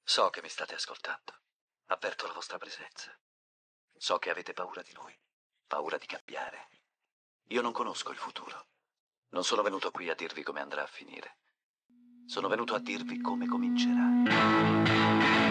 So che mi state ascoltando. Avverto la vostra presenza. So che avete paura di lui, paura di cambiare. Io non conosco il futuro. Non sono venuto qui a dirvi come andrà a finire. Sono venuto a dirvi come comincerà.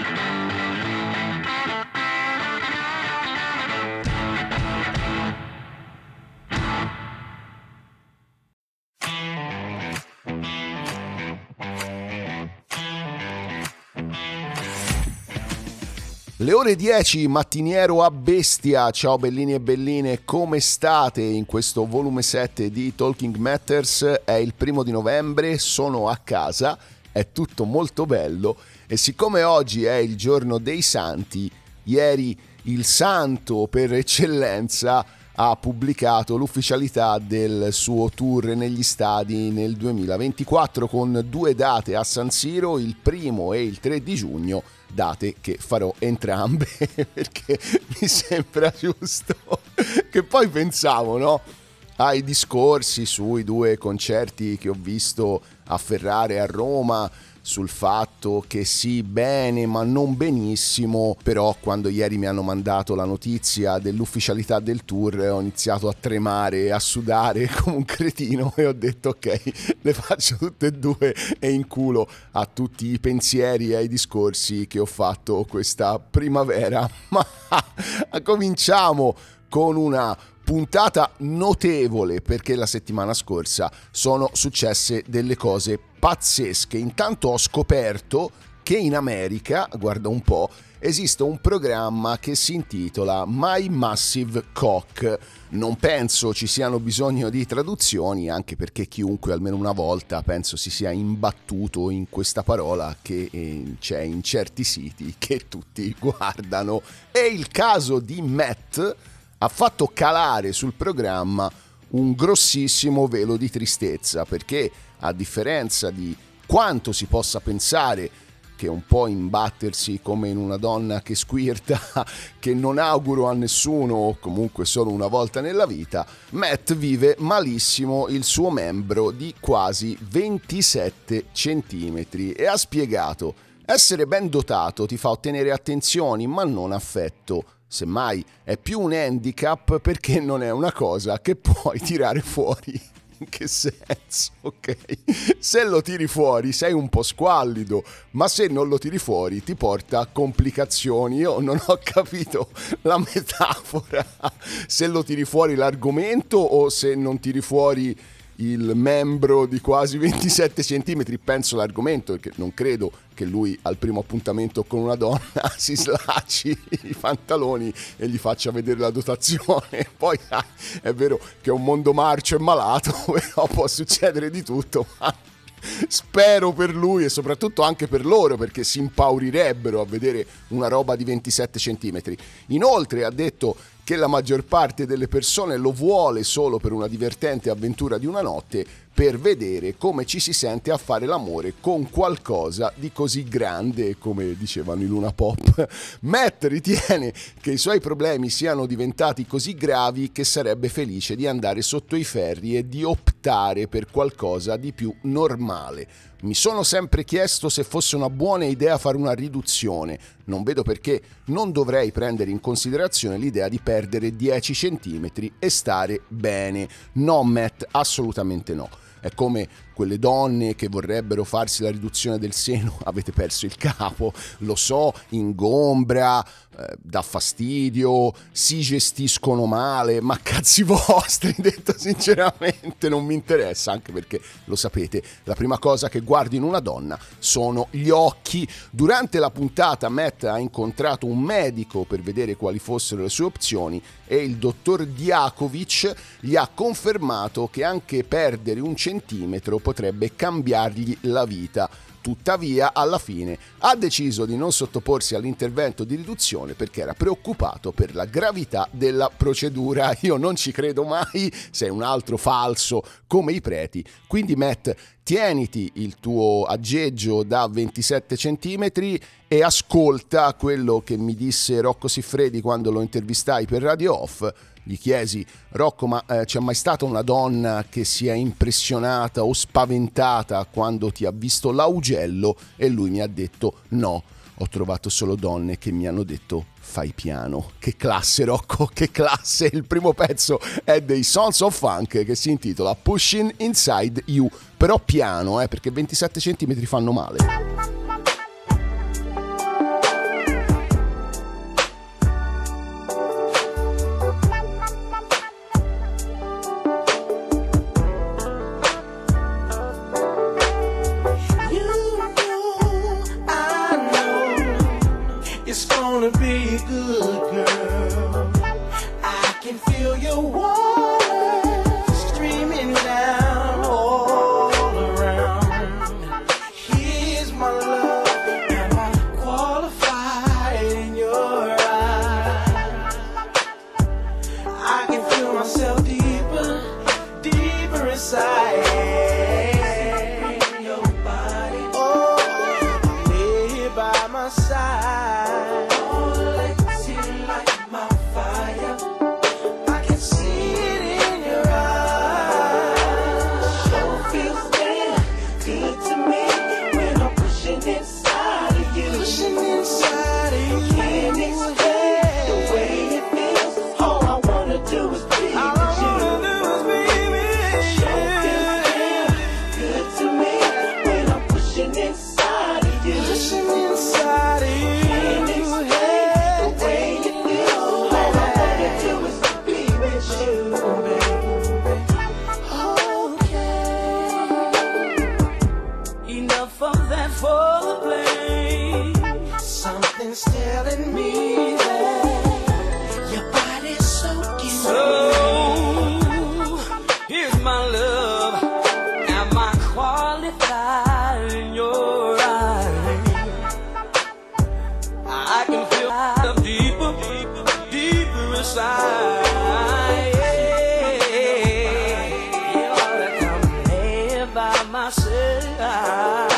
Le ore 10, mattiniero a bestia. Ciao bellini e belline, come state? In questo volume 7 di Talking Matters è il 1 novembre, sono a casa, è tutto molto bello e siccome oggi è il giorno dei santi, ieri il santo per eccellenza ha pubblicato l'ufficialità del suo tour negli stadi nel 2024 con 2 date a San Siro, il 1 e il 3 di giugno, date che farò entrambe perché mi sembra giusto. Che poi pensavo, no, ai discorsi sui 2 concerti che ho visto a Ferrara e a Roma, sul fatto che sì, bene ma non benissimo, però quando ieri mi hanno mandato la notizia dell'ufficialità del tour ho iniziato a tremare e a sudare come un cretino e ho detto ok, le faccio tutte e 2 e in culo a tutti i pensieri e ai discorsi che ho fatto questa primavera. Ma cominciamo con una puntata notevole perché la settimana scorsa sono successe delle cose pazzesche. Intanto ho scoperto che in America, guarda un po', esiste un programma che si intitola My Massive Cock. Non penso ci siano bisogno di traduzioni, anche perché chiunque almeno una volta penso si sia imbattuto in questa parola che c'è in certi siti che tutti guardano. E il caso di Matt ha fatto calare sul programma un grossissimo velo di tristezza, perché a differenza di quanto si possa pensare che un po' imbattersi come in una donna che squirta, che non auguro a nessuno o comunque solo una volta nella vita, Matt vive malissimo il suo membro di quasi 27 centimetri e ha spiegato: essere ben dotato ti fa ottenere attenzioni ma non affetto. Semmai è più un handicap perché non è una cosa che puoi tirare fuori. In che senso? Ok. Se lo tiri fuori sei un po' squallido, ma se non lo tiri fuori ti porta a complicazioni. Io non ho capito la metafora. Se lo tiri fuori l'argomento o se non tiri fuori il membro di quasi 27 centimetri, penso l'argomento, perché non credo che lui al primo appuntamento con una donna si slacci i pantaloni e gli faccia vedere la dotazione. Poi è vero che è un mondo marcio e malato, però può succedere di tutto, ma spero per lui e soprattutto anche per loro, perché si impaurirebbero a vedere una roba di 27 centimetri. Inoltre ha detto che la maggior parte delle persone lo vuole solo per una divertente avventura di una notte, per vedere come ci si sente a fare l'amore con qualcosa di così grande, come dicevano i Luna Pop. Matt ritiene che i suoi problemi siano diventati così gravi che sarebbe felice di andare sotto i ferri e di optare per qualcosa di più normale. Mi sono sempre chiesto se fosse una buona idea fare una riduzione. Non vedo perché non dovrei prendere in considerazione l'idea di perdere 10 centimetri e stare bene. No, Matt, assolutamente no. È come quelle donne che vorrebbero farsi la riduzione del seno. Avete perso il capo, lo so, ingombra, dà fastidio, si gestiscono male, ma cazzi vostri, detto sinceramente non mi interessa, anche perché lo sapete, la prima cosa che guardo in una donna sono gli occhi. Durante la puntata Matt ha incontrato un medico per vedere quali fossero le sue opzioni e il dottor Diakovic gli ha confermato che anche perdere 1 centimetro potrebbe cambiargli la vita. Tuttavia, alla fine, ha deciso di non sottoporsi all'intervento di riduzione perché era preoccupato per la gravità della procedura. Io non ci credo mai, sei un altro falso come i preti. Quindi Matt, tieniti il tuo aggeggio da 27 centimetri e ascolta quello che mi disse Rocco Siffredi quando lo intervistai per Radio Off. Gli chiesi: Rocco, ma c'è mai stata una donna che si è impressionata o spaventata quando ti ha visto l'augello? E lui mi ha detto no. ho trovato solo donne che mi hanno detto fai piano. Che classe, Rocco, che classe. Il primo pezzo è dei Sons of Funk che si intitola Pushing Inside You, però piano, perché 27 centimetri fanno male. Be a good girl. I can feel your water streaming down all around. Here's my love, am I qualified in your eyes? I can feel myself deeper, deeper inside your body. Oh, lay by my side. Telling me that your body's so cute. So here's my love. Am I qualified in your eyes? I can feel myself deeper, deeper inside. You ought to come lay by my side.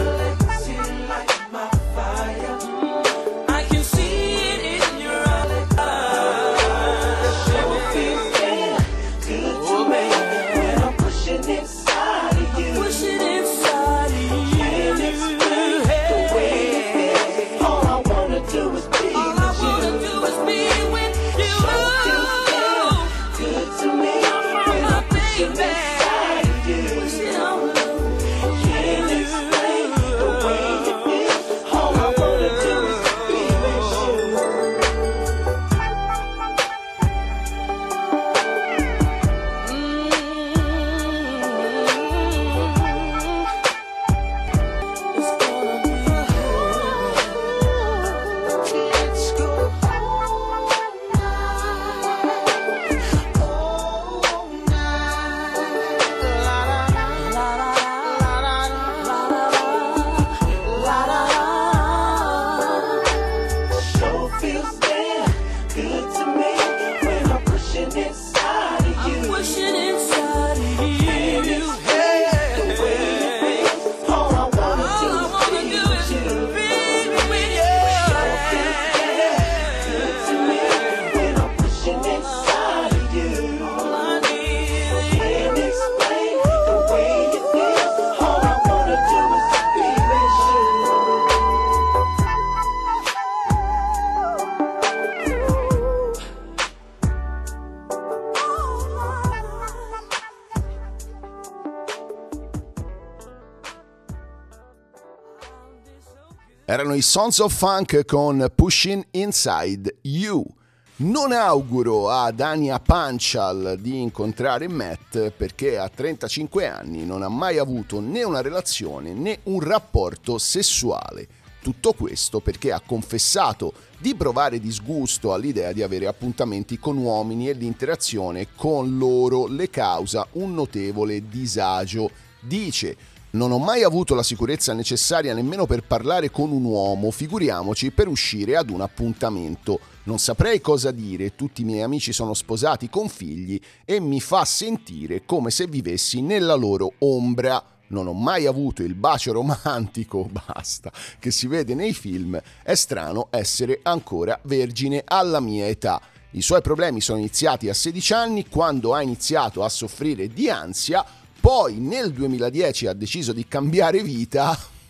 Erano i Sons of Funk con Pushing Inside You. Non auguro a Dania Panchal di incontrare Matt perché a 35 anni non ha mai avuto né una relazione né un rapporto sessuale. Tutto questo perché ha confessato di provare disgusto all'idea di avere appuntamenti con uomini e l'interazione con loro le causa un notevole disagio. Dice: non ho mai avuto la sicurezza necessaria nemmeno per parlare con un uomo, figuriamoci per uscire ad un appuntamento. Non saprei cosa dire, tutti i miei amici sono sposati con figli e mi fa sentire come se vivessi nella loro ombra. Non ho mai avuto il bacio romantico, basta, che si vede nei film. È strano essere ancora vergine alla mia età. I suoi problemi sono iniziati a 16 anni, quando ha iniziato a soffrire di ansia. Poi nel 2010 ha deciso di cambiare vita,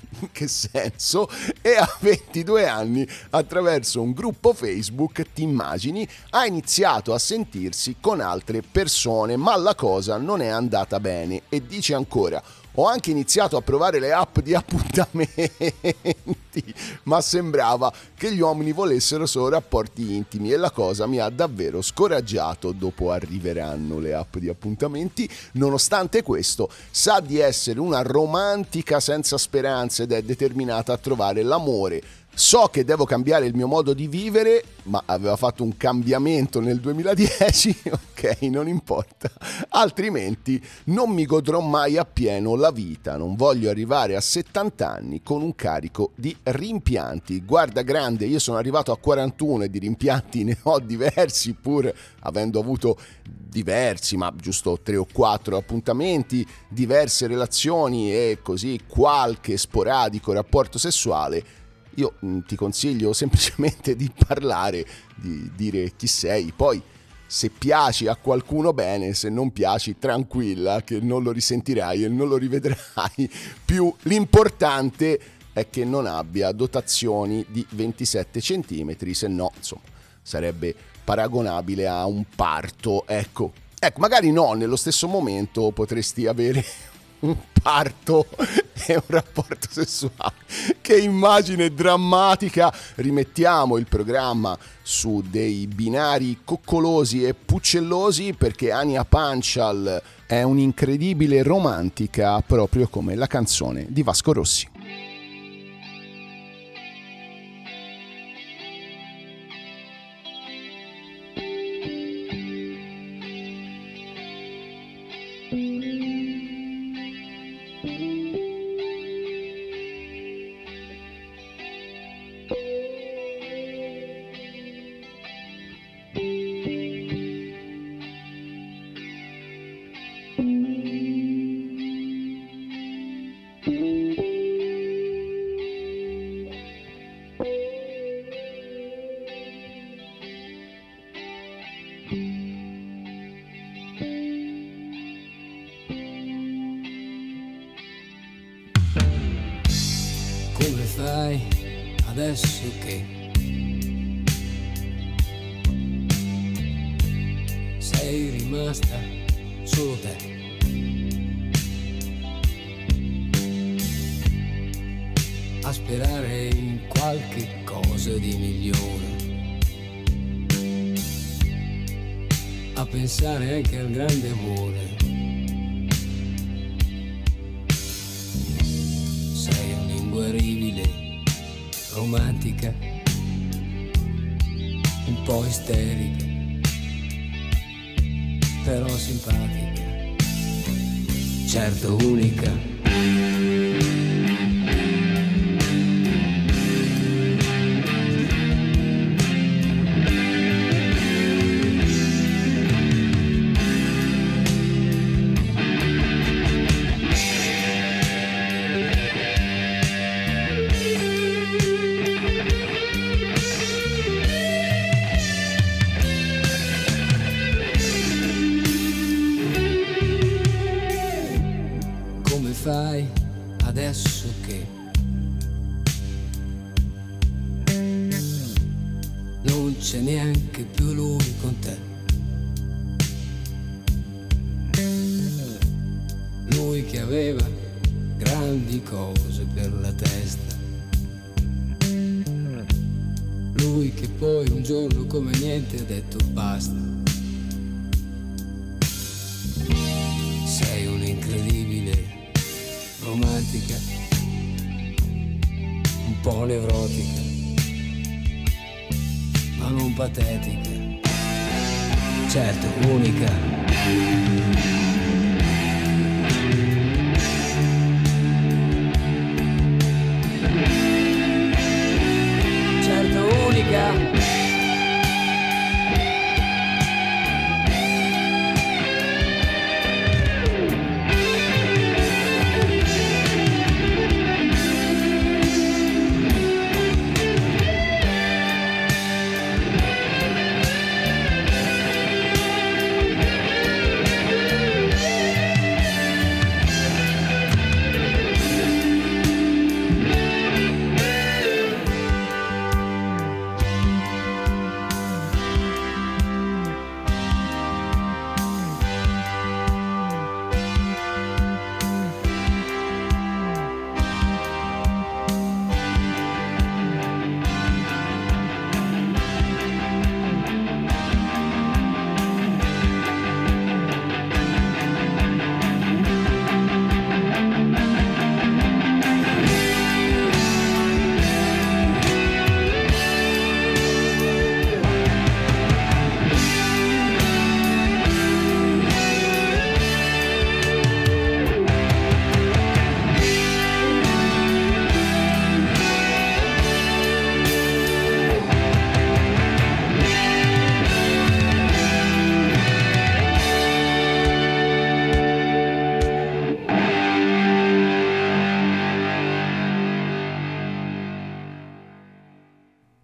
In che senso? E a 22 anni, attraverso un gruppo Facebook, ti immagini, ha iniziato a sentirsi con altre persone, ma la cosa non è andata bene. E dice ancora: ho anche iniziato a provare le app di appuntamenti, ma sembrava che gli uomini volessero solo rapporti intimi e la cosa mi ha davvero scoraggiato. Dopo arriveranno le app di appuntamenti. Nonostante questo, sa di essere una romantica senza speranze ed è determinata a trovare l'amore. So che devo cambiare il mio modo di vivere, ma aveva fatto un cambiamento nel 2010, ok, non importa. Altrimenti non mi godrò mai appieno la vita. Non voglio arrivare a 70 anni con un carico di rimpianti. Guarda grande, io sono arrivato a 41 e di rimpianti ne ho diversi, pur avendo avuto diversi, ma giusto 3 o 4 appuntamenti, diverse relazioni e così qualche sporadico rapporto sessuale. Io ti consiglio semplicemente di parlare, di dire chi sei, poi se piaci a qualcuno bene, se non piaci tranquilla che non lo risentirai e non lo rivedrai più. L'importante è che non abbia dotazioni di 27 centimetri, se no insomma sarebbe paragonabile a un parto, ecco, magari no, nello stesso momento potresti avere un parto e un rapporto sessuale. Che immagine drammatica! Rimettiamo il programma su dei binari coccolosi e puccellosi, perché Ania Panchal è un'incredibile romantica, proprio come la canzone di Vasco Rossi. Come fai adesso che sei rimasta solo te? A sperare in qualche cosa di migliore, a pensare anche al grande amore. Inguaribile, romantica, un po' isterica, però simpatica, certo unica. Fai adesso che non c'è neanche più lui con te, lui che aveva grandi cose per la testa, lui che poi un giorno come niente ha detto basta. Sei un'incredibile romantica, un po' nevrotica, ma non patetica, certo unica. Certo unica.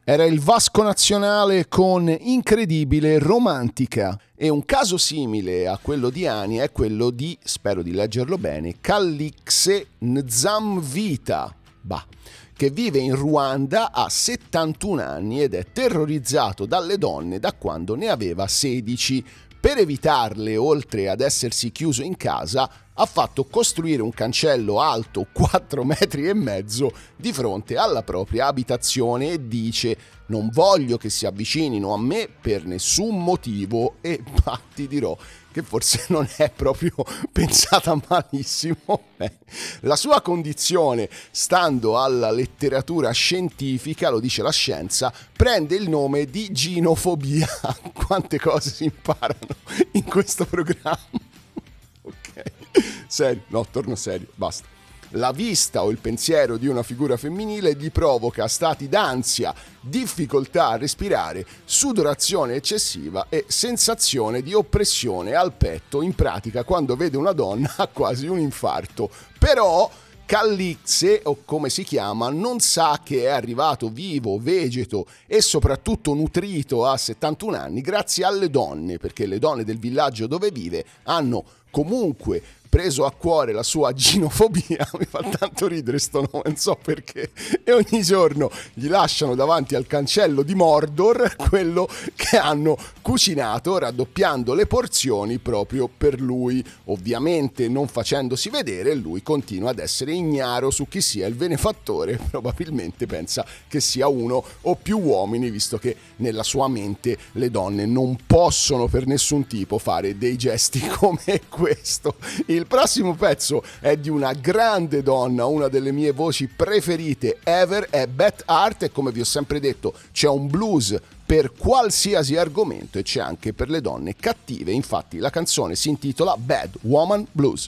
Era il Vasco Nazionale con Incredibile Romantica. E un caso simile a quello di Ani è quello di, spero di leggerlo bene, Callixe Nzamvita, che vive in Ruanda, ha 71 anni ed è terrorizzato dalle donne da quando ne aveva 16. Per evitarle, oltre ad essersi chiuso in casa, ha fatto costruire un cancello alto 4,5 metri di fronte alla propria abitazione e dice: non voglio che si avvicinino a me per nessun motivo. E ti dirò che forse non è proprio pensata malissimo. La sua condizione, stando alla letteratura scientifica, lo dice la scienza, prende il nome di ginofobia. Quante cose si imparano in questo programma. Ok, serio, no, torno serio, basta. La vista o il pensiero di una figura femminile gli provoca stati d'ansia, difficoltà a respirare, sudorazione eccessiva e sensazione di oppressione al petto. In pratica, quando vede una donna ha quasi un infarto. Però Callixe, o come si chiama, non sa che è arrivato vivo, vegeto e soprattutto nutrito a 71 anni grazie alle donne, perché le donne del villaggio dove vive hanno comunque preso a cuore la sua ginofobia. Mi fa tanto ridere sto nome, non so perché, e ogni giorno gli lasciano davanti al cancello di Mordor quello che hanno cucinato, raddoppiando le porzioni proprio per lui, ovviamente non facendosi vedere. Lui continua ad essere ignaro su chi sia il benefattore, probabilmente pensa che sia uno o più uomini, visto che nella sua mente le donne non possono per nessun tipo fare dei gesti come questo. Il prossimo pezzo è di una grande donna, una delle mie voci preferite ever, è Beth Hart, e come vi ho sempre detto c'è un blues per qualsiasi argomento e c'è anche per le donne cattive. Infatti la canzone si intitola Bad Woman Blues.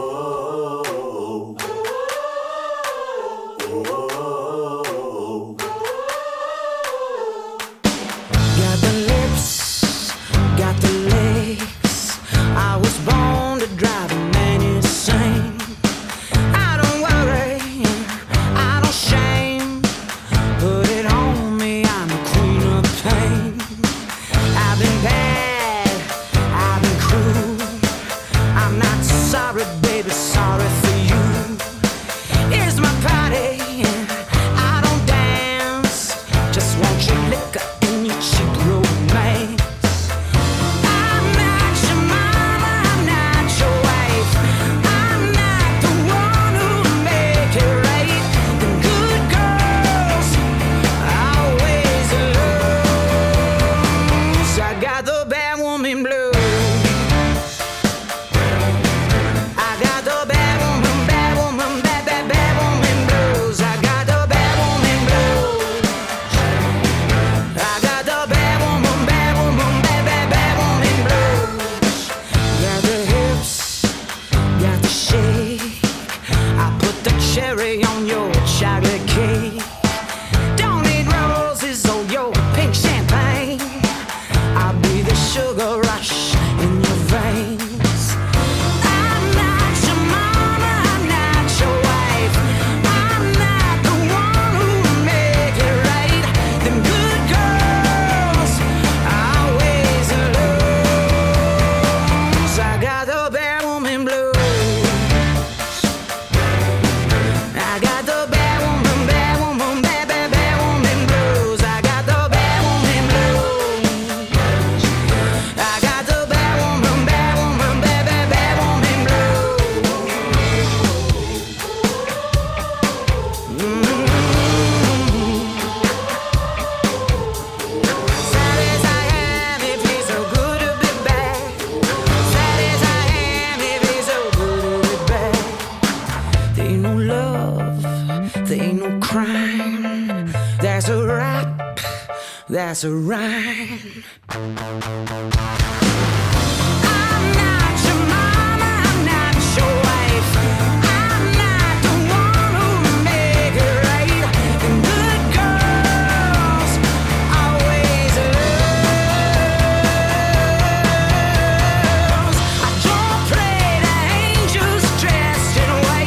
That's a rhyme.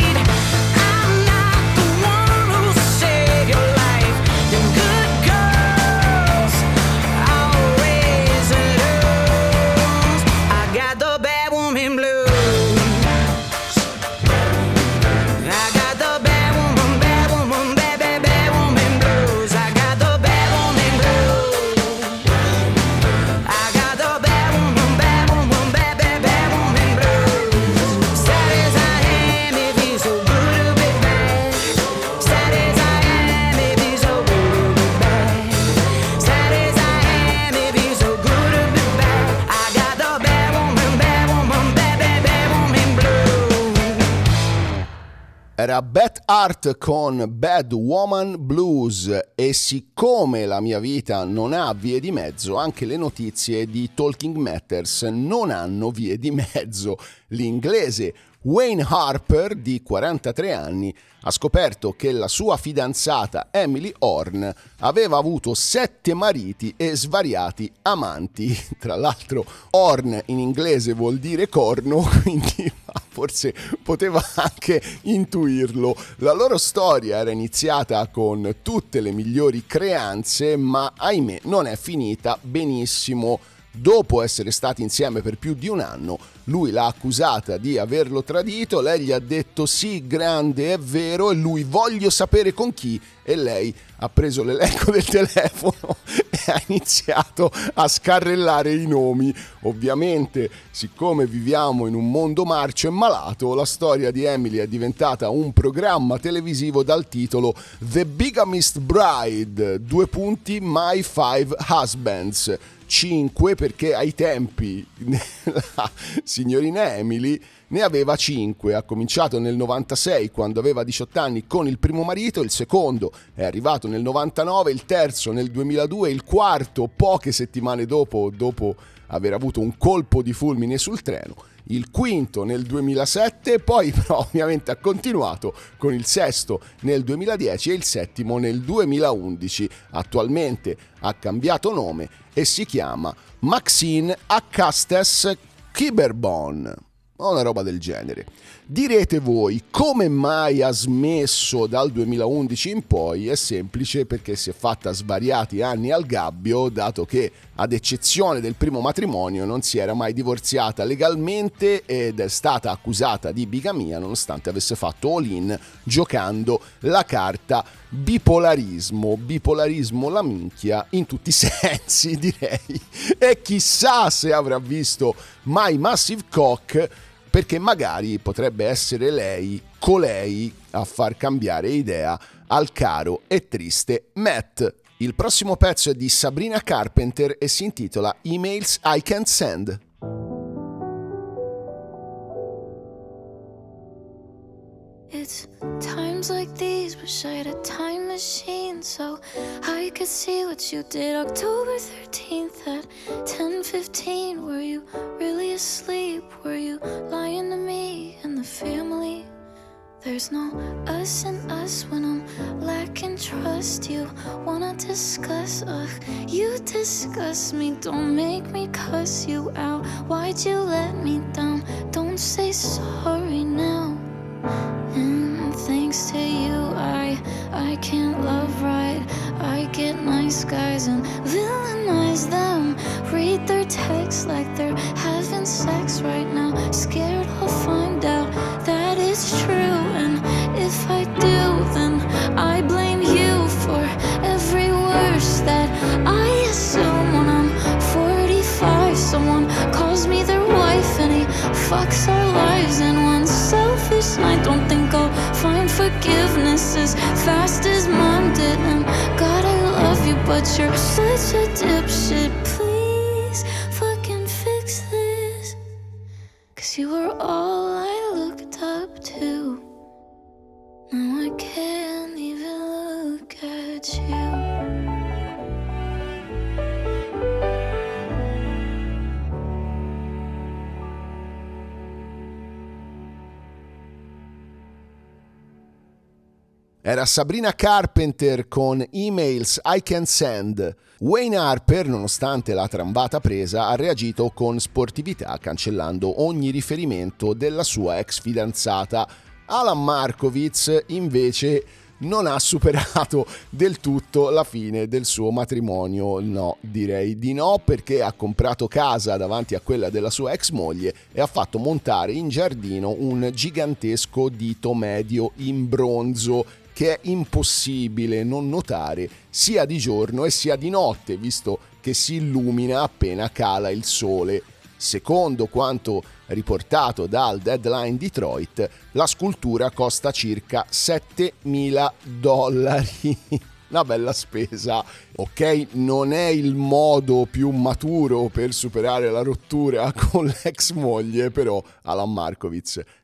Girl Era Beth Hart con Bad Woman Blues, e siccome la mia vita non ha vie di mezzo, anche le notizie di Talking Matters non hanno vie di mezzo. L'inglese Wayne Harper, di 43 anni, ha scoperto che la sua fidanzata Emily Horne aveva avuto 7 mariti e svariati amanti. Tra l'altro Horne in inglese vuol dire corno, quindi forse poteva anche intuirlo. La loro storia era iniziata con tutte le migliori creanze, ma ahimè non è finita benissimo. Dopo essere stati insieme per più di un anno, lui l'ha accusata di averlo tradito, lei gli ha detto sì, grande, è vero, e lui voglio sapere con chi, e lei ha preso l'elenco del telefono e ha iniziato a scarrellare i nomi. Ovviamente, siccome viviamo in un mondo marcio e malato, la storia di Emily è diventata un programma televisivo dal titolo The Bigamist Bride, My 5 Husbands. 5 perché ai tempi la signorina Emily ne aveva 5. Ha cominciato nel 96 quando aveva 18 anni con il primo marito, il secondo è arrivato nel 99, il terzo nel 2002, il quarto poche settimane dopo aver avuto un colpo di fulmine sul treno, il quinto nel 2007, poi però ovviamente ha continuato con il sesto nel 2010 e il settimo nel 2011. Attualmente ha cambiato nome e si chiama Maxine Augustus Kiberbon, o una roba del genere. Direte voi, come mai ha smesso dal 2011 in poi? È semplice, perché si è fatta svariati anni al gabbio, dato che, ad eccezione del primo matrimonio, non si era mai divorziata legalmente ed è stata accusata di bigamia nonostante avesse fatto all-in giocando la carta bipolarismo la minchia in tutti i sensi, direi. E chissà se avrà visto My Massive Cock, perché magari potrebbe essere lei, colei, a far cambiare idea al caro e triste Matt. Il prossimo pezzo è di Sabrina Carpenter e si intitola Emails I Can't Send. It's times like these, wish I had a time machine so I could see what you did October 13th at 10:15. Were you really asleep? Were you lying to me and the family? There's no us and us when I'm lacking trust. You wanna discuss, you disgust me. Don't make me cuss you out. Why'd you let me down? Don't say sorry now. And thanks to you, I can't love right. I get nice guys and villainize them. Read their texts like they're having sex right now. Scared I'll find out that it's true. And if I do, then I blame you for every worst that I assume. When I'm 45, someone calls me their wife and he fucks our lives in one selfish night. Don't think I'll find forgiveness as fast as mine did. And God, I love you, but you're such a dipshit. Please fucking fix this, 'cause you were all I looked up to. Now I can't even look at you. Era Sabrina Carpenter con Emails I Can't Send. Wayne Harper, nonostante la trambata presa, ha reagito con sportività, cancellando ogni riferimento della sua ex fidanzata. Alan Markovitz, invece, non ha superato del tutto la fine del suo matrimonio. No, direi di no, perché ha comprato casa davanti a quella della sua ex moglie e ha fatto montare in giardino un gigantesco dito medio in bronzo che è impossibile non notare sia di giorno e sia di notte, visto che si illumina appena cala il sole. Secondo quanto riportato dal Deadline Detroit, la scultura costa circa $7.000. Una bella spesa. Ok, non è il modo più maturo per superare la rottura con l'ex moglie, però Alan Markovitz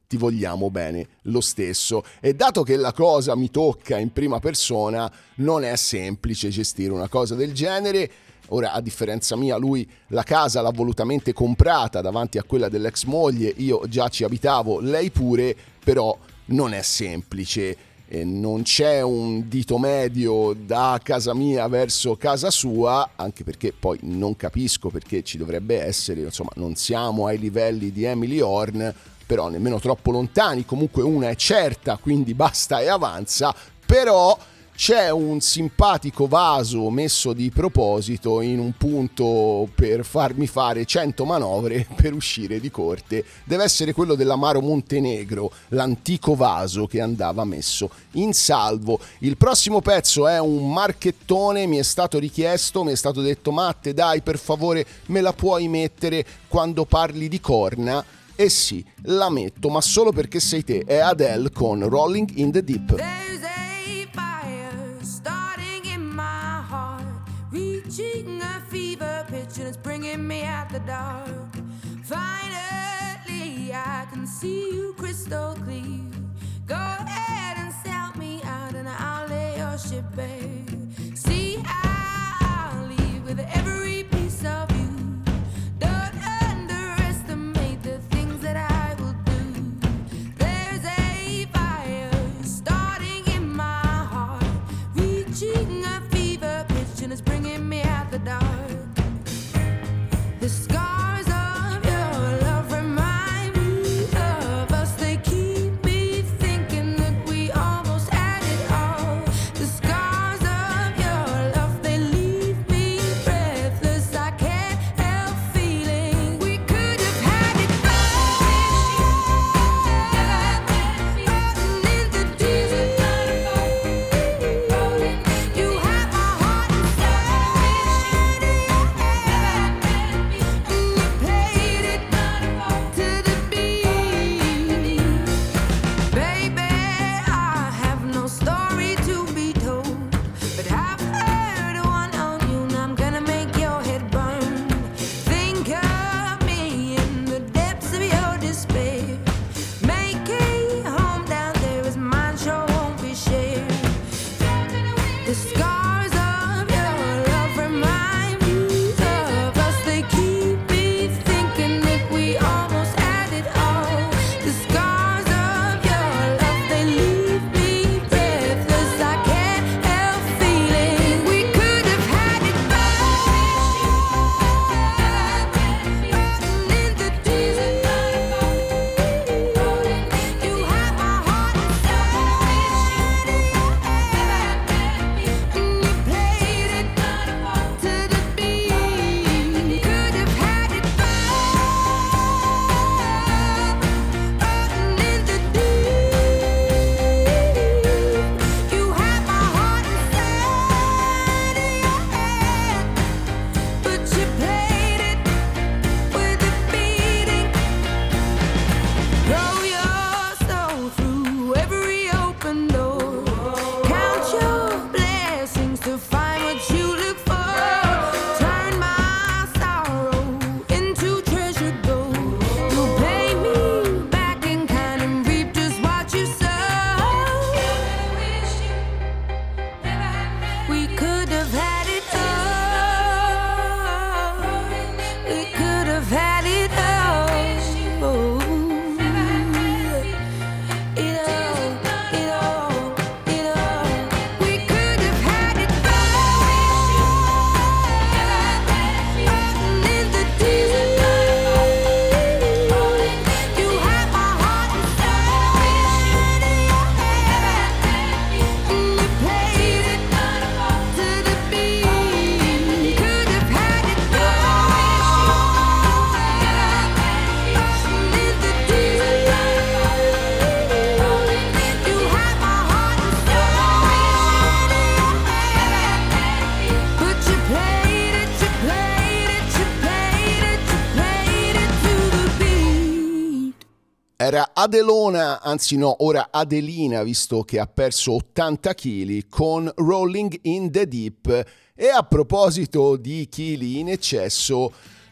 ti vogliamo bene lo stesso. E dato che la cosa mi tocca in prima persona, non è semplice gestire una cosa del genere. Ora, a differenza mia, lui la casa l'ha volutamente comprata davanti a quella dell'ex moglie, io già ci abitavo, lei pure, però non è semplice. Non c'è un dito medio da casa mia verso casa sua, anche perché poi non capisco perché ci dovrebbe essere, insomma, non siamo ai livelli di Emily Horn, però nemmeno troppo lontani. Comunque una è certa, quindi basta e avanza. Però c'è un simpatico vaso messo di proposito in un punto per farmi fare 100 manovre per uscire di corte. Deve essere quello dell'Amaro Montenegro, l'antico vaso che andava messo in salvo. Il prossimo pezzo è un marchettone, mi è stato richiesto, mi è stato detto: Matte, dai, per favore, me la puoi mettere quando parli di corna? E sì, la metto, ma solo perché sei te. È Adele con Rolling in the Deep. There's a fire starting in my heart, reaching a fever pitch and it's bringing me out the dark. Finally, I can see you crystal clear. Go ahead and sell me out and I'll lay your ship bare. See, I'll leave with every piece of you. Don't underestimate the things that I will do. There's a fire starting in my heart, reaching a fever pitch and it's bringing me out the dark. The scars of your love remind me of us. They keep me thinking that we almost had it all. The scars of your love, they leave me breathless. I can't help feeling we could have had it all. In the desert, you have my heart inside, and you played it to the beat. Baby, I have no story to be told, but I've heard one on you and I'm gonna make your head burn. Think of me in the depths of your despair. Make a home down there as mine sure won't be shared. The scars of your love remind me of us. They keep me thinking that we almost had it all. The scars of your love, they leave me breathless. I can't help feeling we could have had it all. In the desert, you have my heart inside, and you played it to the beat. Could have had it all. In the deep, you have my heart inside, but you played it with a beating. Throw your soul through every open door. Count your blessings to find what you look for. Turn my sorrow into treasured gold. You'll pay me back in kind and reap just what you sow. We could have had it all. We could have had it all. It all. We could have had it all. In the desert, you have my heart inside, and you played it to the beat. Could have had it all. In the desert, you have my heart inside, but you played it to the beat. Era Adelona, anzi no, ora Adelina, visto che ha perso 80 kg con Rolling in the Deep. E a proposito di chili in eccesso,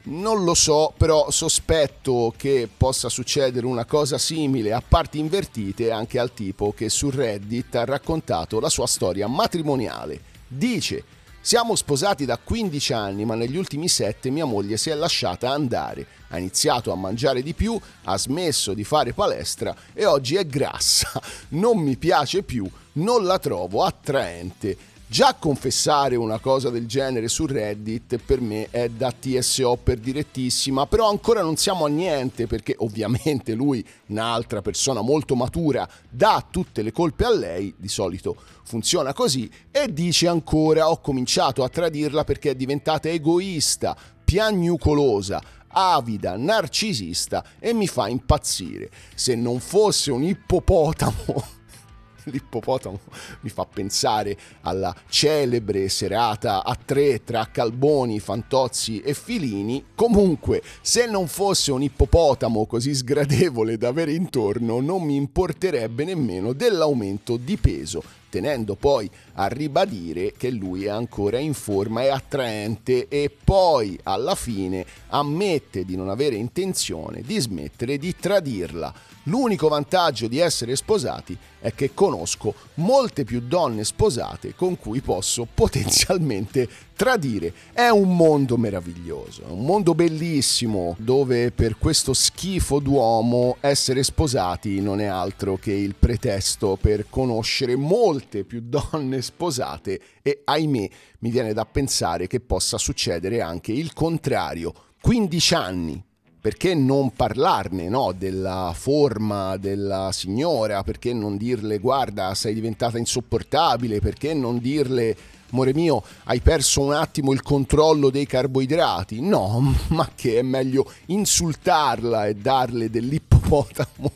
Non lo so, però sospetto che possa succedere una cosa simile a parti invertite anche al tipo che su Reddit ha raccontato la sua storia matrimoniale. Dice: siamo sposati da 15 anni, ma negli ultimi 7 mia moglie si è lasciata andare. Ha iniziato a mangiare di più, ha smesso di fare palestra e oggi è grassa. Non mi piace più, non la trovo attraente. Già confessare una cosa del genere su Reddit per me è da TSO per direttissima, però ancora non siamo a niente, perché ovviamente lui, un'altra persona molto matura, dà tutte le colpe a lei, di solito funziona così, e dice ancora: ho cominciato a tradirla perché è diventata egoista, piagnucolosa, avida, narcisista e mi fa impazzire. Se non fosse un ippopotamo... L'ippopotamo mi fa pensare alla celebre serata a 3 tra Calboni, Fantozzi e Filini. Comunque, se non fosse un ippopotamo così sgradevole da avere intorno, non mi importerebbe nemmeno dell'aumento di peso, tenendo poi a ribadire che lui è ancora in forma e attraente, e poi alla fine ammette di non avere intenzione di smettere di tradirla. L'unico vantaggio di essere sposati è che conosco molte più donne sposate con cui posso potenzialmente tradire. È un mondo meraviglioso, è un mondo bellissimo, dove per questo schifo d'uomo essere sposati non è altro che il pretesto per conoscere molte più donne sposate, e ahimè mi viene da pensare che possa succedere anche il contrario. 15 anni. Perché non parlarne, no? Della forma della signora? Perché non dirle: guarda, sei diventata insopportabile? Perché non dirle: amore mio, hai perso un attimo il controllo dei carboidrati? No, ma che è meglio insultarla e darle dell'ippopotamo.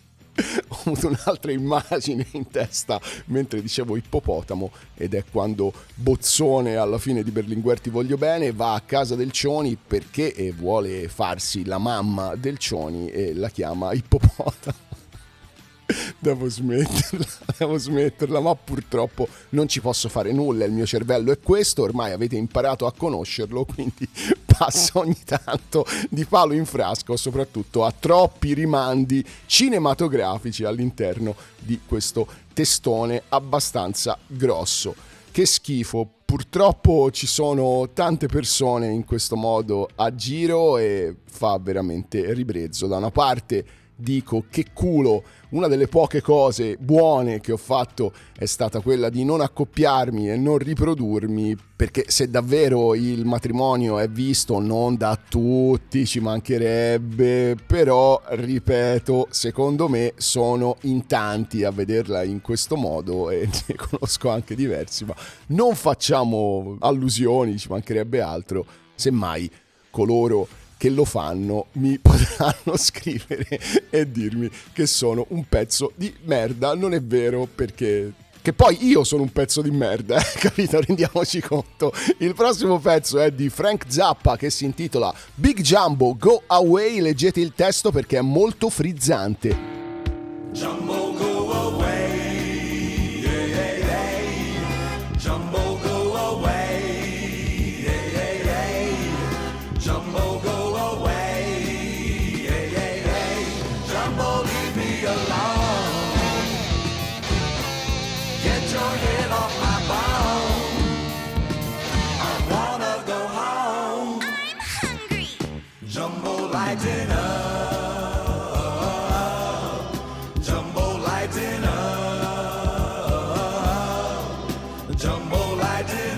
Ho avuto un'altra immagine in testa mentre dicevo ippopotamo, ed è quando Bozzone alla fine di Berlinguer Ti voglio bene va a casa del Cioni perché vuole farsi la mamma del Cioni e la chiama ippopotamo. Devo smetterla, ma purtroppo non ci posso fare nulla, il mio cervello è questo, ormai avete imparato a conoscerlo, quindi passa ogni tanto di palo in frasco, soprattutto a troppi rimandi cinematografici all'interno di questo testone abbastanza grosso. Che schifo, purtroppo ci sono tante persone in questo modo a giro e fa veramente ribrezzo. Da una parte dico: che culo, una delle poche cose buone che ho fatto è stata quella di non accoppiarmi e non riprodurmi, perché se davvero il matrimonio è visto non da tutti, ci mancherebbe, però ripeto, secondo me sono in tanti a vederla in questo modo e ne conosco anche diversi, ma non facciamo allusioni, ci mancherebbe altro. Semmai coloro che lo fanno mi potranno scrivere e dirmi che sono un pezzo di merda. Non è vero, perché che poi io sono un pezzo di merda, capito? Rendiamoci conto. Il prossimo pezzo è di Frank Zappa che si intitola Big Jumbo Go Away. Leggete il testo perché è molto frizzante. Jumbo go away, yeah, yeah, yeah. Jumbo go away, yeah, yeah, yeah. Jumbo go away, yeah, yeah, yeah. Jumbo, leave me alone. Get your head off my bone. I wanna go home. I'm hungry. Jumbo, lighten up. Jumbo, lighten up. Jumbo, lighten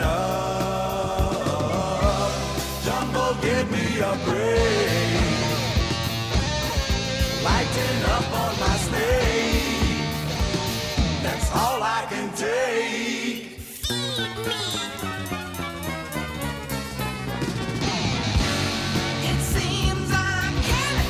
up. Jumbo, give me a break. Lighten up on my stay. That's all I can take. It seems I'm getting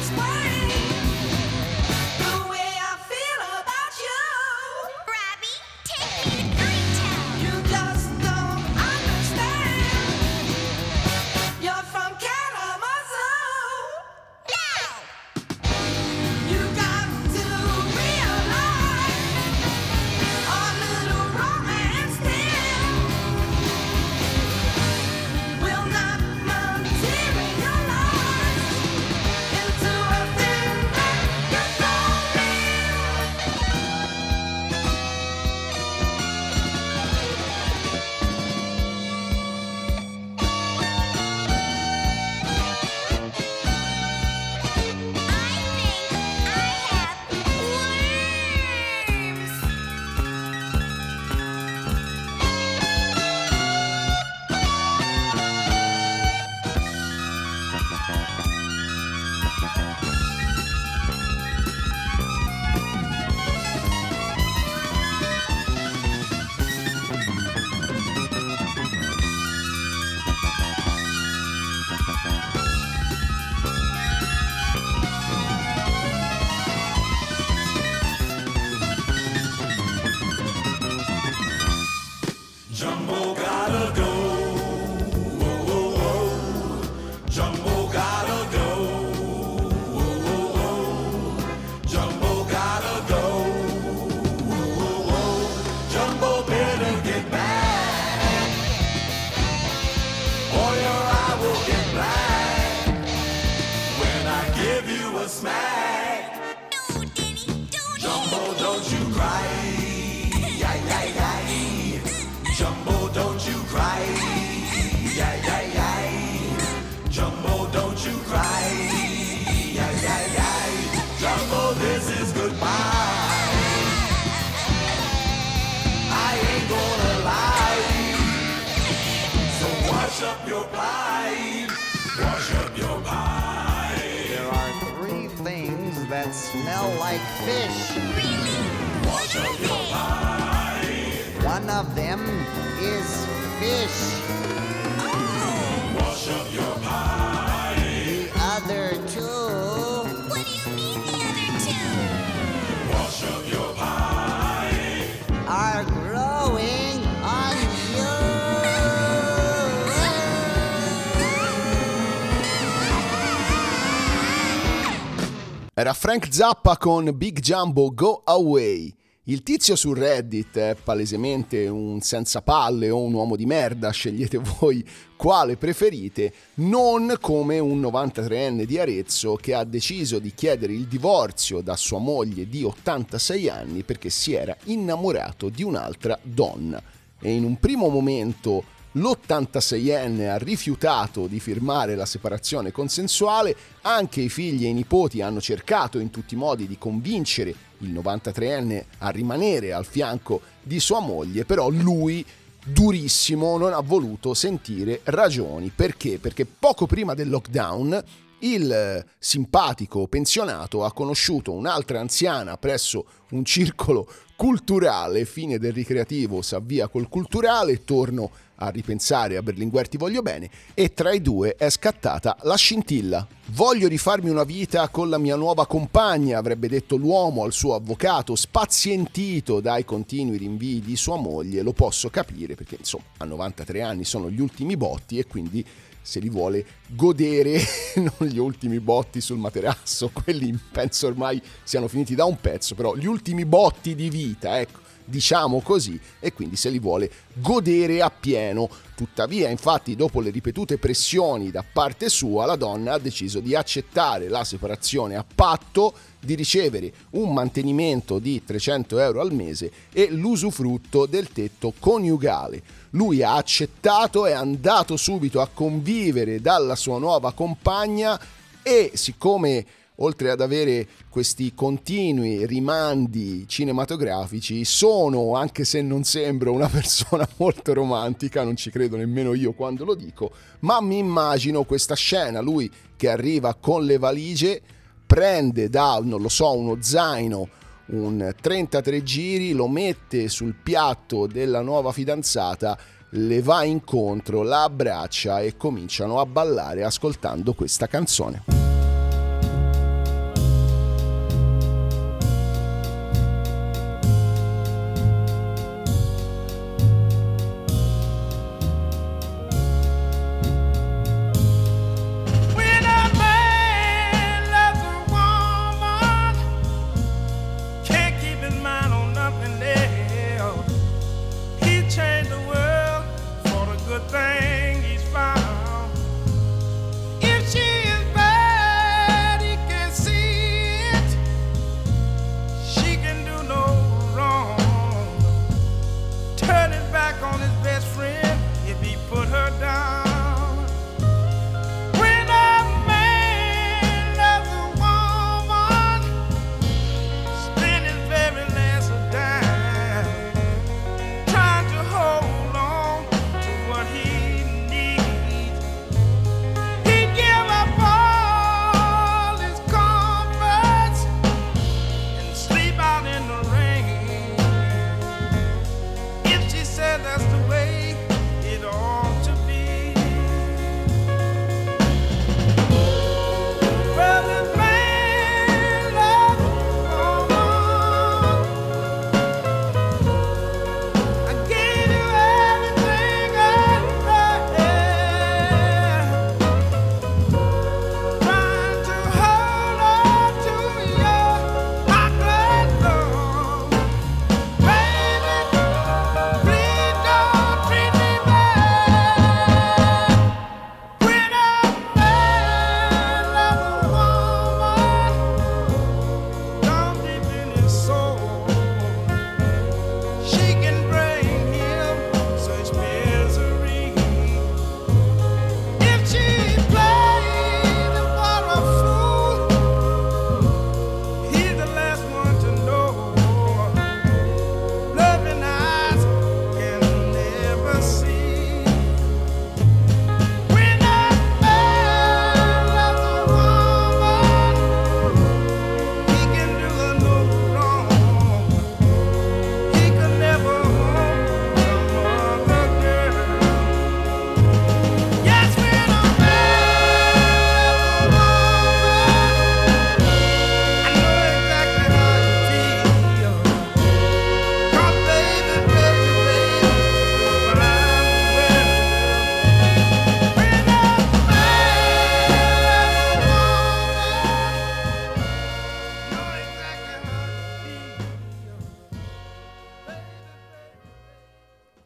a smack. Jumbo, don't you cry. Yeah, yeah, yeah. Jumbo, don't you cry. Yeah, yeah, yeah. Jumbo, don't you cry. Yeah, yeah, yeah. Jumbo, this is goodbye. I ain't gonna lie. So wash up your pride. Wash up your pride. There are three things that smell like fish. Wash up your pride. One of them is fish. Wash up your pride. The other two What do you mean the other two? Wash up your pride. are growing on you. Era Frank Zappa con Big Jumbo Go Away. Il tizio su Reddit è palesemente un senza palle o un uomo di merda, scegliete voi quale preferite, non come un 93enne di Arezzo che ha deciso di chiedere il divorzio da sua moglie di 86 anni perché si era innamorato di un'altra donna. E in un primo momento l'86enne ha rifiutato di firmare la separazione consensuale, anche i figli e i nipoti hanno cercato in tutti i modi di convincere il 93enne a rimanere al fianco di sua moglie, però lui, durissimo, non ha voluto sentire ragioni. Perché? Perché poco prima del lockdown il simpatico pensionato ha conosciuto un'altra anziana presso un circolo culturale, fine del ricreativo s'avvia col culturale, torno a ripensare a Berlinguer ti voglio bene, e tra i due è scattata la scintilla. Voglio rifarmi una vita con la mia nuova compagna, avrebbe detto l'uomo al suo avvocato, spazientito dai continui rinvii di sua moglie. Lo posso capire perché insomma a 93 anni sono gli ultimi botti e quindi se li vuole godere, non gli ultimi botti sul materasso, quelli penso ormai siano finiti da un pezzo, però gli ultimi botti di vita, ecco, diciamo così, e quindi se li vuole godere appieno. Tuttavia, infatti, dopo le ripetute pressioni da parte sua, la donna ha deciso di accettare la separazione a patto di ricevere un mantenimento di 300 euro al mese e l'usufrutto del tetto coniugale. Lui ha accettato, è andato subito a convivere dalla sua nuova compagna e siccome oltre ad avere questi continui rimandi cinematografici, sono, anche se non sembro una persona molto romantica, non ci credo nemmeno io quando lo dico, ma mi immagino questa scena, lui che arriva con le valigie, prende da, non lo so, uno zaino, un 33 giri, lo mette sul piatto della nuova fidanzata, le va incontro, la abbraccia e cominciano a ballare ascoltando questa canzone. When a man loves a woman, can't keep his mind on nothing else. He changed the world for the good thing he's found. If she is bad,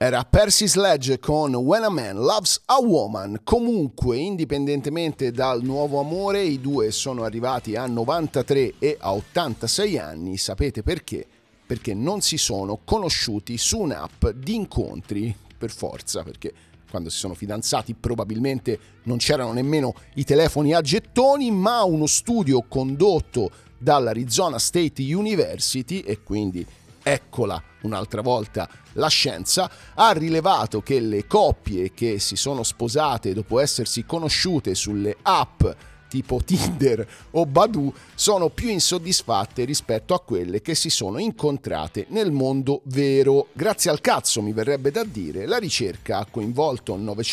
Era Percy Sledge con When a Man Loves a Woman. Comunque, indipendentemente dal nuovo amore, i due sono arrivati a 93 e a 86 anni. Sapete perché? Perché non si sono conosciuti su un'app di incontri, per forza, perché quando si sono fidanzati probabilmente non c'erano nemmeno i telefoni a gettoni, ma uno studio condotto dall'Arizona State University, e quindi eccola un'altra volta la scienza, ha rilevato che le coppie che si sono sposate dopo essersi conosciute sulle app tipo Tinder o Badoo sono più insoddisfatte rispetto a quelle che si sono incontrate nel mondo vero. Grazie al cazzo, mi verrebbe da dire, la ricerca ha coinvolto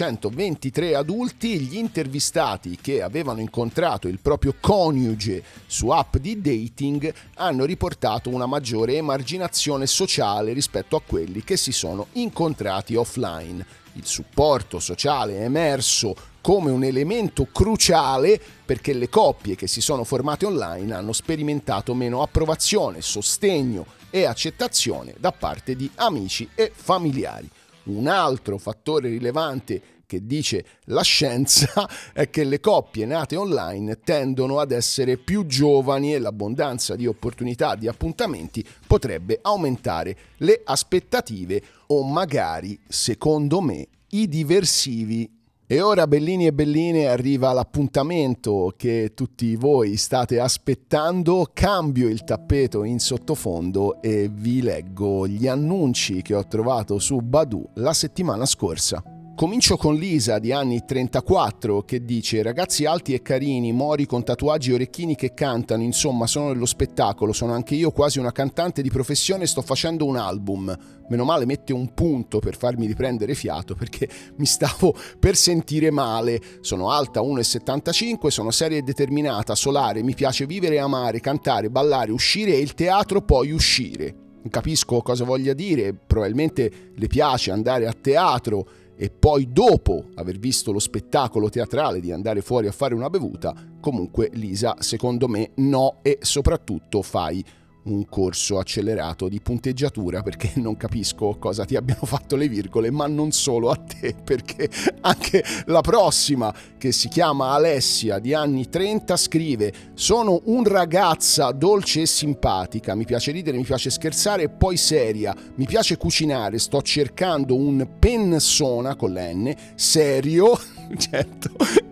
923 adulti. Gli intervistati che avevano incontrato il proprio coniuge su app di dating hanno riportato una maggiore emarginazione sociale rispetto a quelli che si sono incontrati offline. Il supporto sociale è emerso come un elemento cruciale perché le coppie che si sono formate online hanno sperimentato meno approvazione, sostegno e accettazione da parte di amici e familiari. Un altro fattore rilevante che dice la scienza è che le coppie nate online tendono ad essere più giovani e l'abbondanza di opportunità di appuntamenti potrebbe aumentare le aspettative o magari, secondo me, i diversivi. E ora, bellini e belline, arriva l'appuntamento che tutti voi state aspettando. Cambio il tappeto in sottofondo e vi leggo gli annunci che ho trovato su Badoo la settimana scorsa. Comincio con Lisa di anni 34 che dice: ragazzi alti e carini, mori con tatuaggi e orecchini che cantano, insomma sono nello spettacolo, sono anche io quasi una cantante di professione e sto facendo un album. Meno male mette un punto per farmi riprendere fiato perché mi stavo per sentire male. Sono alta 1,75, sono seria e determinata, solare, mi piace vivere e amare, cantare, ballare, uscire e il teatro poi uscire. Non capisco cosa voglia dire, probabilmente le piace andare a teatro e poi dopo aver visto lo spettacolo teatrale di andare fuori a fare una bevuta. Comunque Lisa, secondo me no, e soprattutto fai un corso accelerato di punteggiatura perché non capisco cosa ti abbiano fatto le virgole, ma non solo a te, perché anche la prossima, che si chiama Alessia di anni 30, scrive: sono un ragazza dolce e simpatica, mi piace ridere, mi piace scherzare e poi seria, mi piace cucinare, sto cercando un persona con la N serio certo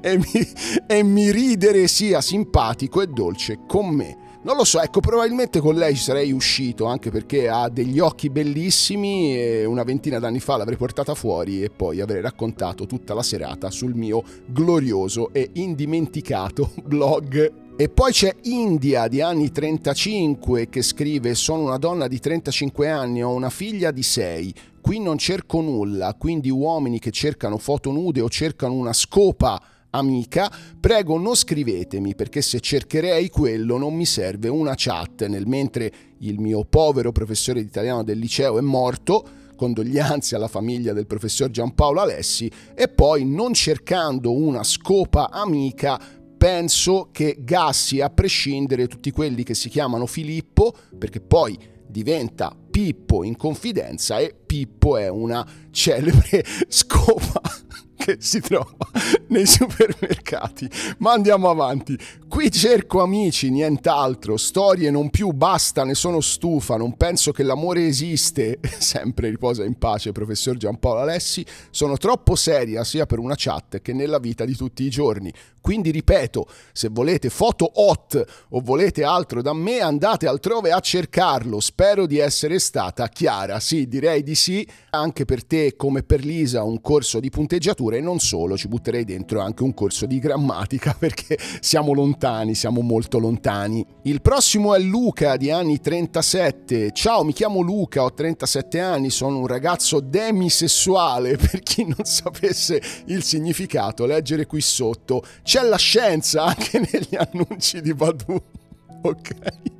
e mi ridere sia simpatico e dolce con me. Non lo so, ecco, probabilmente con lei ci sarei uscito, anche perché ha degli occhi bellissimi e una ventina d'anni fa l'avrei portata fuori e poi avrei raccontato tutta la serata sul mio glorioso e indimenticato blog. E poi c'è India di anni 35 che scrive: sono una donna di 35 anni, ho una figlia di 6. Qui non cerco nulla, quindi uomini che cercano foto nude o cercano una scopa amica, prego non scrivetemi perché se cercherei quello non mi serve una chat, nel mentre il mio povero professore di italiano del liceo è morto, condoglianze alla famiglia del professor Giampaolo Alessi, e poi non cercando una scopa amica penso che gassi a prescindere tutti quelli che si chiamano Filippo, perché poi diventa Pippo in confidenza e Pippo è una celebre scopa che si trova nei supermercati. Ma andiamo avanti. Qui cerco amici, nient'altro, storie non più, basta, ne sono stufa, non penso che l'amore esiste. Sempre riposa in pace, professor Giampaolo Alessi. Sono troppo seria sia per una chat che nella vita di tutti i giorni. Quindi ripeto, se volete foto hot o volete altro da me, andate altrove a cercarlo. Spero di essere stata chiara. Sì, direi di sì. Anche per te, come per Lisa, un corso di punteggiatura, e non solo, ci butterei dentro anche un corso di grammatica perché siamo lontani, siamo molto lontani. Il prossimo è Luca di anni 37. Ciao, mi chiamo Luca, ho 37 anni, sono un ragazzo demisessuale. Per chi non sapesse il significato, leggere qui sotto. C'è la scienza anche negli annunci di Badoo. Ok.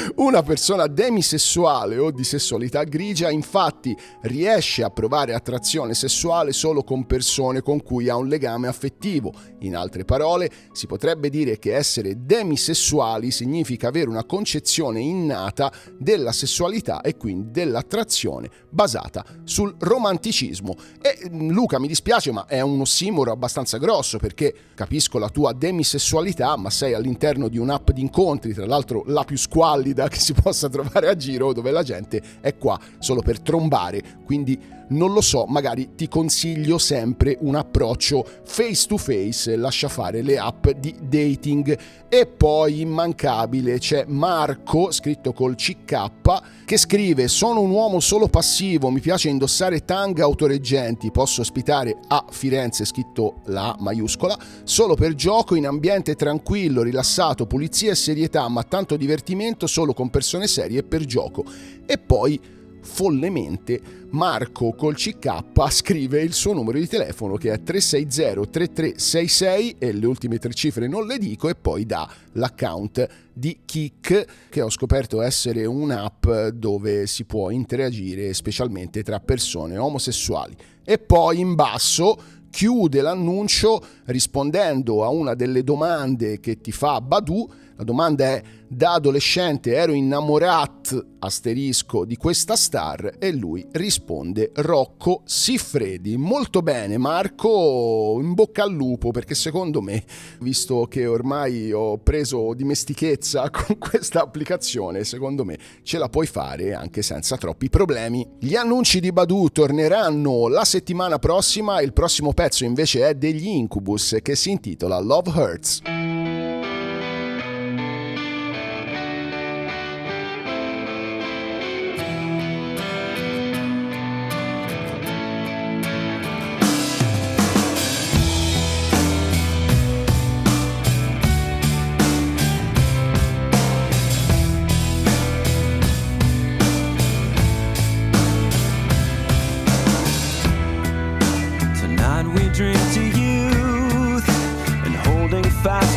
Una persona demisessuale o di sessualità grigia infatti riesce a provare attrazione sessuale solo con persone con cui ha un legame affettivo. In altre parole, si potrebbe dire che essere demisessuali significa avere una concezione innata della sessualità e quindi dell'attrazione basata sul romanticismo. E Luca, mi dispiace, ma è un ossimoro abbastanza grosso, perché capisco la tua demisessualità, ma sei all'interno di un'app di incontri, tra l'altro la più squallida che si possa trovare a giro, dove la gente è qua solo per trombare, quindi non lo so, magari ti consiglio sempre un approccio face to face, lascia fare le app di dating. E poi immancabile c'è Marco, scritto col CK, che scrive: sono un uomo solo passivo, mi piace indossare tanga autoreggenti, posso ospitare a Firenze, scritto la A maiuscola, solo per gioco, in ambiente tranquillo, rilassato, pulizia e serietà, ma tanto divertimento solo con persone serie e per gioco. E poi follemente Marco col CK scrive il suo numero di telefono, che è 360-3366, e le ultime 3 cifre non le dico, e poi dà l'account di Kik, che ho scoperto essere un'app dove si può interagire specialmente tra persone omosessuali. E poi in basso chiude l'annuncio rispondendo a una delle domande che ti fa Badoo. La domanda è: da adolescente ero innamorato asterisco di questa star, e lui risponde Rocco Siffredi. Molto bene Marco, in bocca al lupo, perché secondo me, visto che ormai ho preso dimestichezza con questa applicazione, secondo me ce la puoi fare anche senza troppi problemi. Gli annunci di Badoo torneranno la settimana prossima, il prossimo pezzo invece è degli Incubus, che si intitola Love Hurts. Tonight we drink to youth and holding fast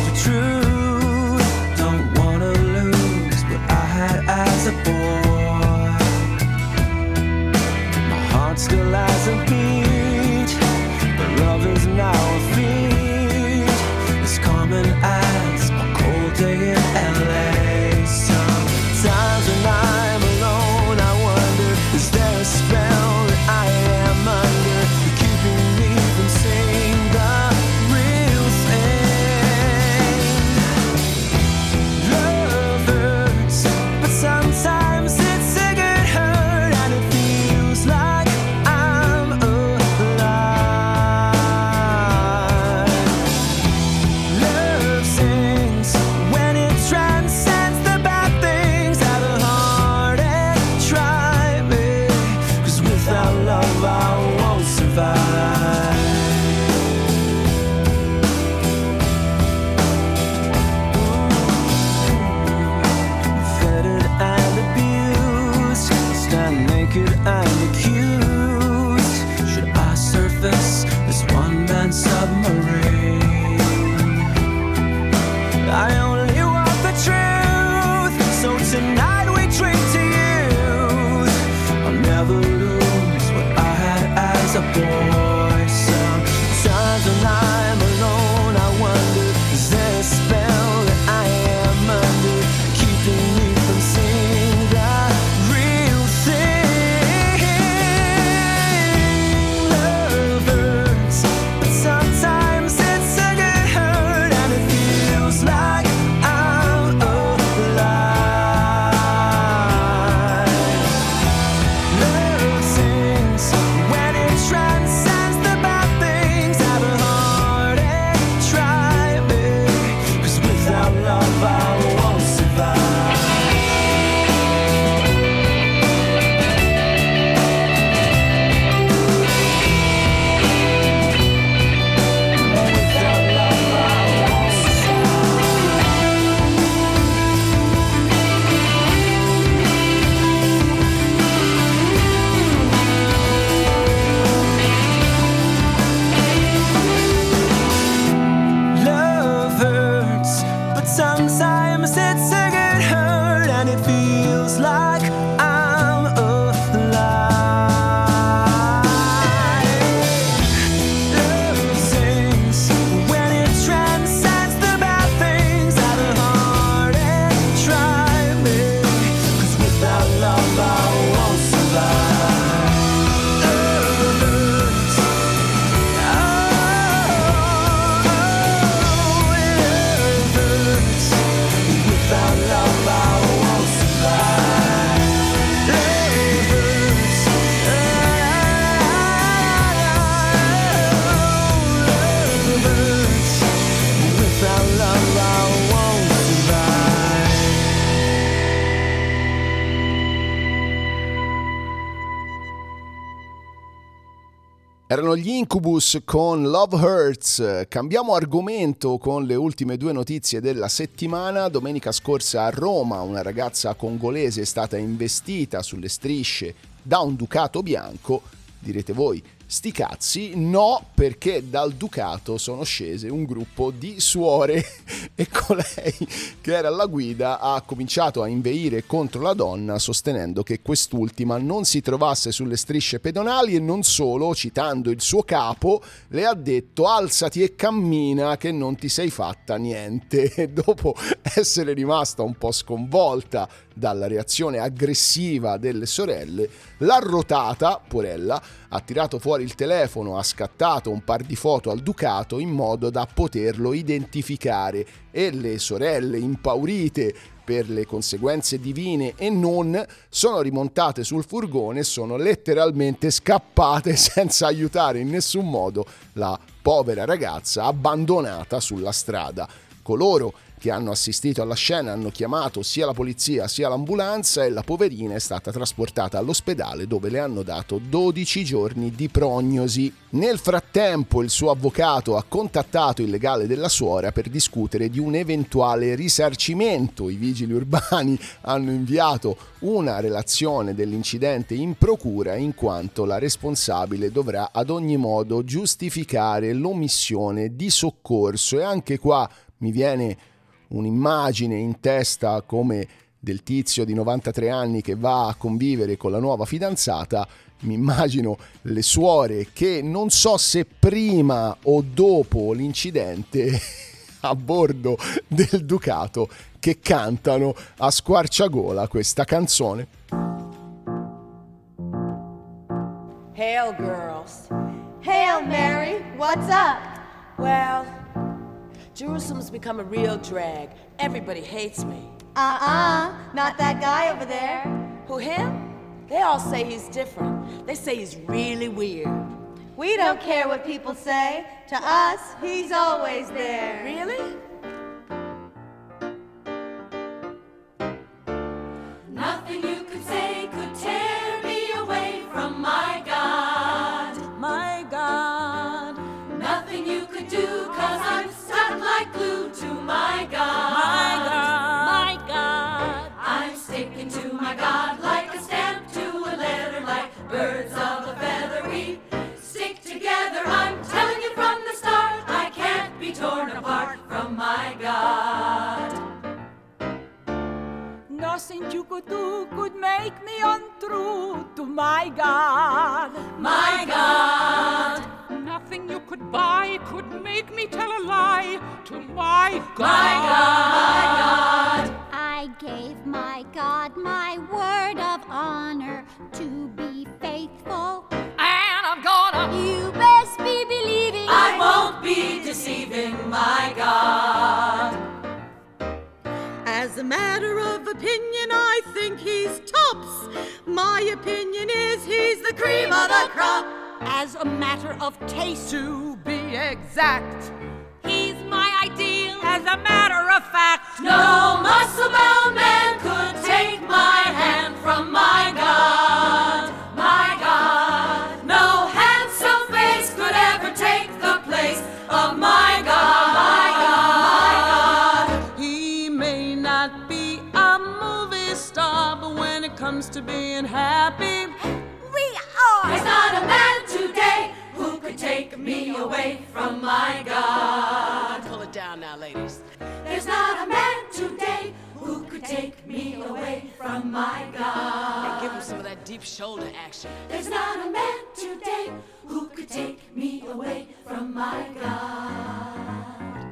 Erano gli Incubus con Love Hurts. Cambiamo argomento con le ultime due notizie della settimana. Domenica scorsa a Roma una ragazza congolese è stata investita sulle strisce da un Ducato bianco. Direte voi, sti cazzi? No, perché dal Ducato sono scese un gruppo di suore e colei che era alla guida ha cominciato a inveire contro la donna sostenendo che quest'ultima non si trovasse sulle strisce pedonali e non solo, citando il suo capo, le ha detto alzati e cammina che non ti sei fatta niente. E dopo essere rimasta un po' sconvolta dalla reazione aggressiva delle sorelle, l'ha rotata, porella, ha tirato fuori il telefono, ha scattato un par di foto al Ducato in modo da poterlo identificare e le sorelle, impaurite per le conseguenze divine e non, sono rimontate sul furgone e sono letteralmente scappate senza aiutare in nessun modo la povera ragazza abbandonata sulla strada. Coloro che hanno assistito alla scena hanno chiamato sia la polizia sia l'ambulanza e la poverina è stata trasportata all'ospedale dove le hanno dato 12 giorni di prognosi. Nel frattempo il suo avvocato ha contattato il legale della suora per discutere di un eventuale risarcimento. I vigili urbani hanno inviato una relazione dell'incidente in procura in quanto la responsabile dovrà ad ogni modo giustificare l'omissione di soccorso e anche qua mi viene un'immagine in testa come del tizio di 93 anni che va a convivere con la nuova fidanzata. Mi immagino le suore che non so se prima o dopo l'incidente a bordo del Ducato che cantano a squarciagola questa canzone. Hail, girls. Hail Mary, what's up? Well, Jerusalem's become a real drag. Everybody hates me. Not that guy over there. Who, him? They all say he's different. They say he's really weird. We don't care what people say. To us, he's always there. Really? Nothing you could say could tear me away from my God. My God. Nothing you could do, 'cause I'm stuck like glue to my God. My God. My God. I'm sticking to my God like a stamp to a letter, like birds of a feather. We stick together, I'm telling you from the start. I can't be torn apart from my God. Nothing you could do could make me untrue to my God. My God. Nothing you could buy could make me tell a lie to my God. My God. I gave my God my word of honor to be faithful. And I'm gonna. You best be believing I won't be deceiving my God. As a matter of opinion, I think he's tops. My opinion is he's the cream of the crop. As a matter of taste, to be exact, He's my ideal. As a matter of fact, No muscle-bound man could take my hand from my God. My God. No handsome face could ever take the place of my God. My God. My God. he may not be a movie star, but when it comes to being happy, we are. There's not a man today who could take me away from my God. pull it down now, ladies. There's not a man today who could take me away from my God. Give him some of that deep shoulder action. There's not a man today who could take me away from my God.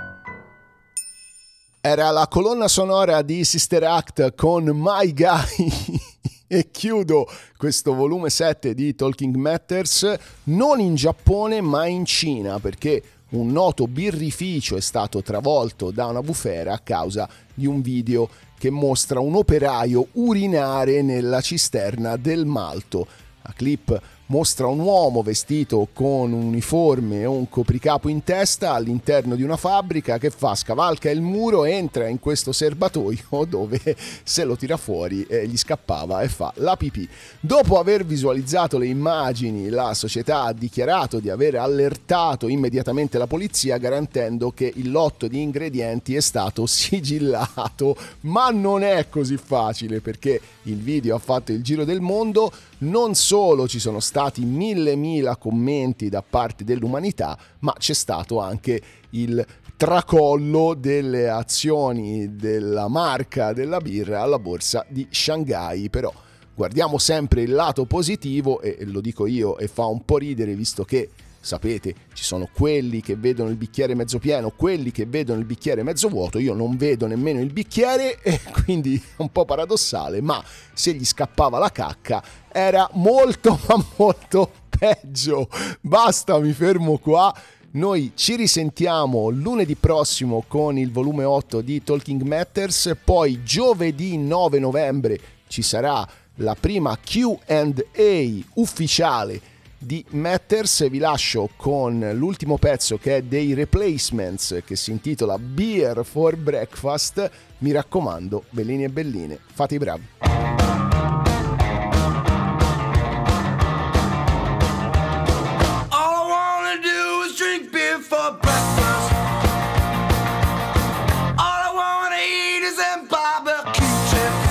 Era la colonna sonora di Sister Act con My Guy. E chiudo questo volume 7 di Talking Matters non in Giappone ma in Cina, perché un noto birrificio è stato travolto da una bufera a causa di un video che mostra un operaio urinare nella cisterna del malto. La clip mostra un uomo vestito con un uniforme e un copricapo in testa all'interno di una fabbrica che scavalca il muro, entra in questo serbatoio dove se lo tira fuori gli scappava e fa la pipì. Dopo aver visualizzato le immagini, la società ha dichiarato di aver allertato immediatamente la polizia, garantendo che il lotto di ingredienti è stato sigillato. Ma non è così facile, perché il video ha fatto il giro del mondo. Non solo ci sono stati mille commenti da parte dell'umanità, ma c'è stato anche il tracollo delle azioni della marca della birra alla borsa di Shanghai. Però guardiamo sempre il lato positivo, e lo dico io e fa un po' ridere, visto che sapete, ci sono quelli che vedono il bicchiere mezzo pieno, quelli che vedono il bicchiere mezzo vuoto. Io non vedo nemmeno il bicchiere, e quindi è un po' paradossale, ma se gli scappava la cacca era molto ma molto peggio. Basta, mi fermo qua. Noi ci risentiamo lunedì prossimo con il volume 8 di Talking Matters, poi giovedì 9 novembre ci sarà la prima Q&A ufficiale di Matters. Vi lascio con l'ultimo pezzo, che è dei Replacements, che si intitola Beer for Breakfast. Mi raccomando, bellini e belline, fate i bravi. All I wanna do is drink beer for breakfast. All I wanna eat is them barbecue chips.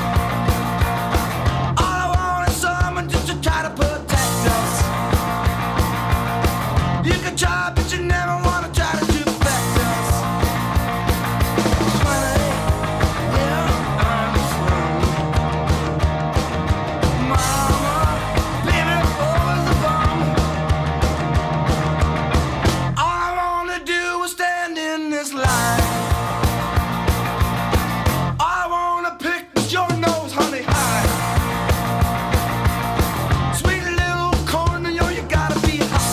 All I want is someone just to try to protect us. You can try, but you never wanna try to defect us. 20, yeah, I'm from Mama, baby, always the bomb. All I wanna do is stand in this line. All I wanna pick is your nose, honey, high. Sweet little corn, you gotta be high.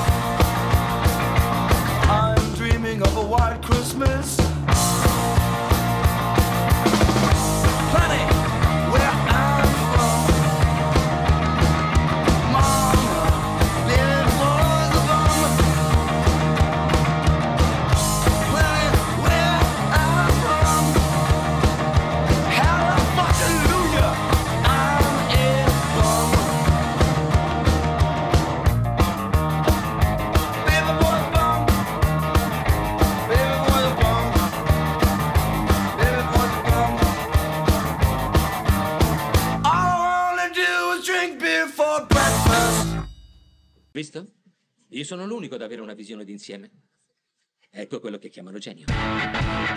I'm dreaming of a white Christmas. Honey, where I'm from. Mama, baby, boys are bum. Honey, where I'm from. Hallelujah, I'm a bum. Baby boy bum. Baby boy bum. Baby boy bum. All I wanna do is drink beer for breakfast. Visto? Io sono l'unico ad avere una visione d'insieme. Ecco quello che chiamano genio.